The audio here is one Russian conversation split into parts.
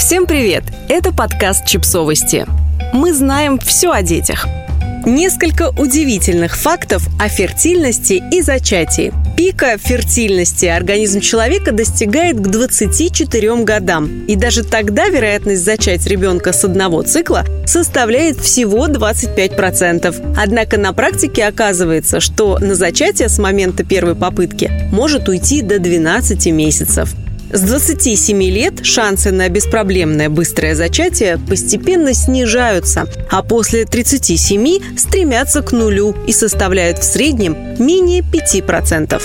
Всем привет! Это подкаст «Чипсовости». Мы знаем все о детях. Несколько удивительных фактов о фертильности и зачатии. Пика фертильности организм человека достигает к 24 годам. И даже тогда вероятность зачать ребенка с одного цикла составляет всего 25%. Однако на практике оказывается, что на зачатие с момента первой попытки может уйти до 12 месяцев. С 27 лет шансы на беспроблемное быстрое зачатие постепенно снижаются, а после 37 стремятся к нулю и составляют в среднем менее 5%.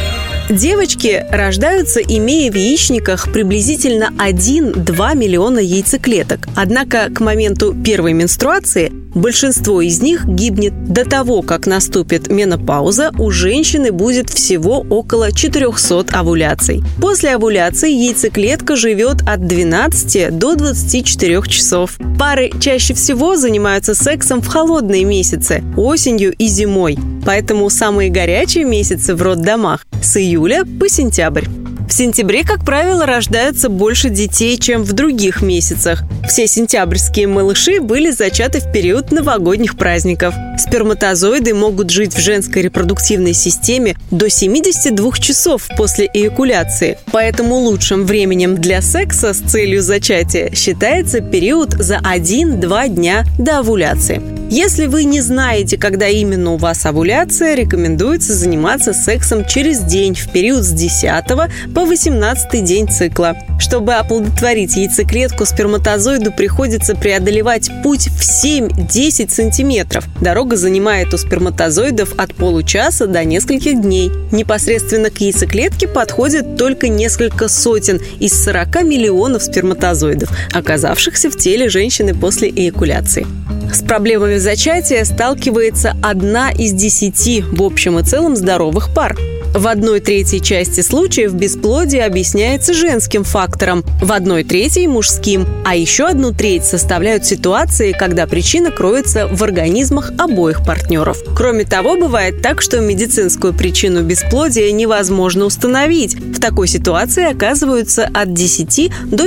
Девочки рождаются, имея в яичниках приблизительно 1-2 миллиона яйцеклеток. Однако к моменту первой менструации большинство из них гибнет. До того, как наступит менопауза, у женщины будет всего около 400 овуляций. После овуляции яйцеклетка живет от 12 до 24 часов. Пары чаще всего занимаются сексом в холодные месяцы – осенью и зимой. Поэтому самые горячие месяцы в роддомах – с июля по сентябрь. В сентябре, как правило, рождаются больше детей, чем в других месяцах. Все сентябрьские малыши были зачаты в период новогодних праздников. Сперматозоиды могут жить в женской репродуктивной системе до 72 часов после эякуляции. Поэтому лучшим временем для секса с целью зачатия считается период за 1-2 дня до овуляции. Если вы не знаете, когда именно у вас овуляция, рекомендуется заниматься сексом через день в период с 10 по 18 день цикла. Чтобы оплодотворить яйцеклетку, сперматозоиду приходится преодолевать путь в 7-10 сантиметров. Дорога занимает у сперматозоидов от получаса до нескольких дней. Непосредственно к яйцеклетке подходят только несколько сотен из 40 миллионов сперматозоидов, оказавшихся в теле женщины после эякуляции. С проблемами зачатия сталкивается 1 из 10 в общем и целом здоровых пар. В 1/3 части случаев бесплодие объясняется женским фактором, в 1/3 – мужским, а еще 1/3 составляют ситуации, когда причина кроется в организмах обоих партнеров. Кроме того, бывает так, что медицинскую причину бесплодия невозможно установить. В такой ситуации оказываются от 10 до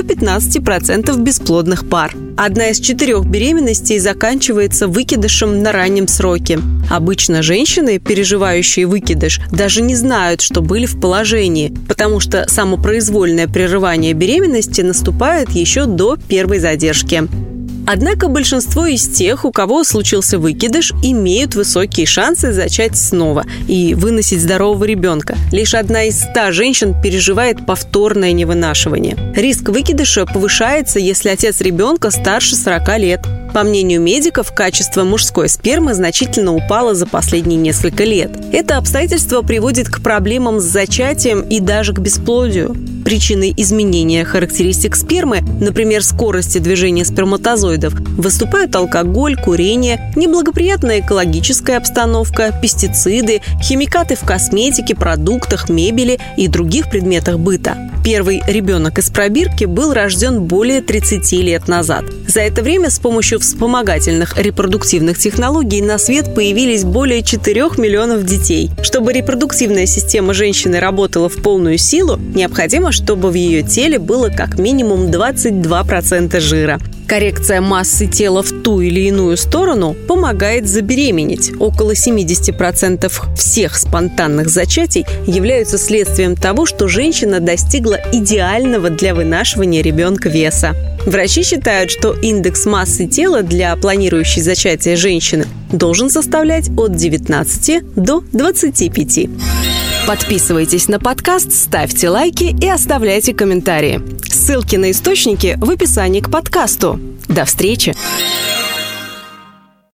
15% бесплодных пар. 1 из 4 беременностей заканчивается выкидышем на раннем сроке. Обычно женщины, переживающие выкидыш, даже не знают, что были в положении, потому что самопроизвольное прерывание беременности наступает еще до первой задержки. Однако большинство из тех, у кого случился выкидыш, имеют высокие шансы зачать снова и выносить здорового ребенка. Лишь 1 из 100 женщин переживает повторное невынашивание. Риск выкидыша повышается, если отец ребенка старше 40 лет. По мнению медиков, качество мужской спермы значительно упало за последние несколько лет. Это обстоятельство приводит к проблемам с зачатием и даже к бесплодию. Причиной изменения характеристик спермы, например, скорости движения сперматозоидов, выступают алкоголь, курение, неблагоприятная экологическая обстановка, пестициды, химикаты в косметике, продуктах, мебели и других предметах быта. Первый ребенок из пробирки был рожден более 30 лет назад. За это время с помощью вспомогательных репродуктивных технологий на свет появились более 4 миллионов детей. Чтобы репродуктивная система женщины работала в полную силу, необходимо, чтобы в ее теле было как минимум 22% жира. Коррекция массы тела в ту или иную сторону помогает забеременеть. Около 70% всех спонтанных зачатий являются следствием того, что женщина достигла идеального для вынашивания ребенка веса. Врачи считают, что индекс массы тела для планирующей зачатие женщины должен составлять от 19 до 25. Подписывайтесь на подкаст, ставьте лайки и оставляйте комментарии. Ссылки на источники в описании к подкасту. До встречи!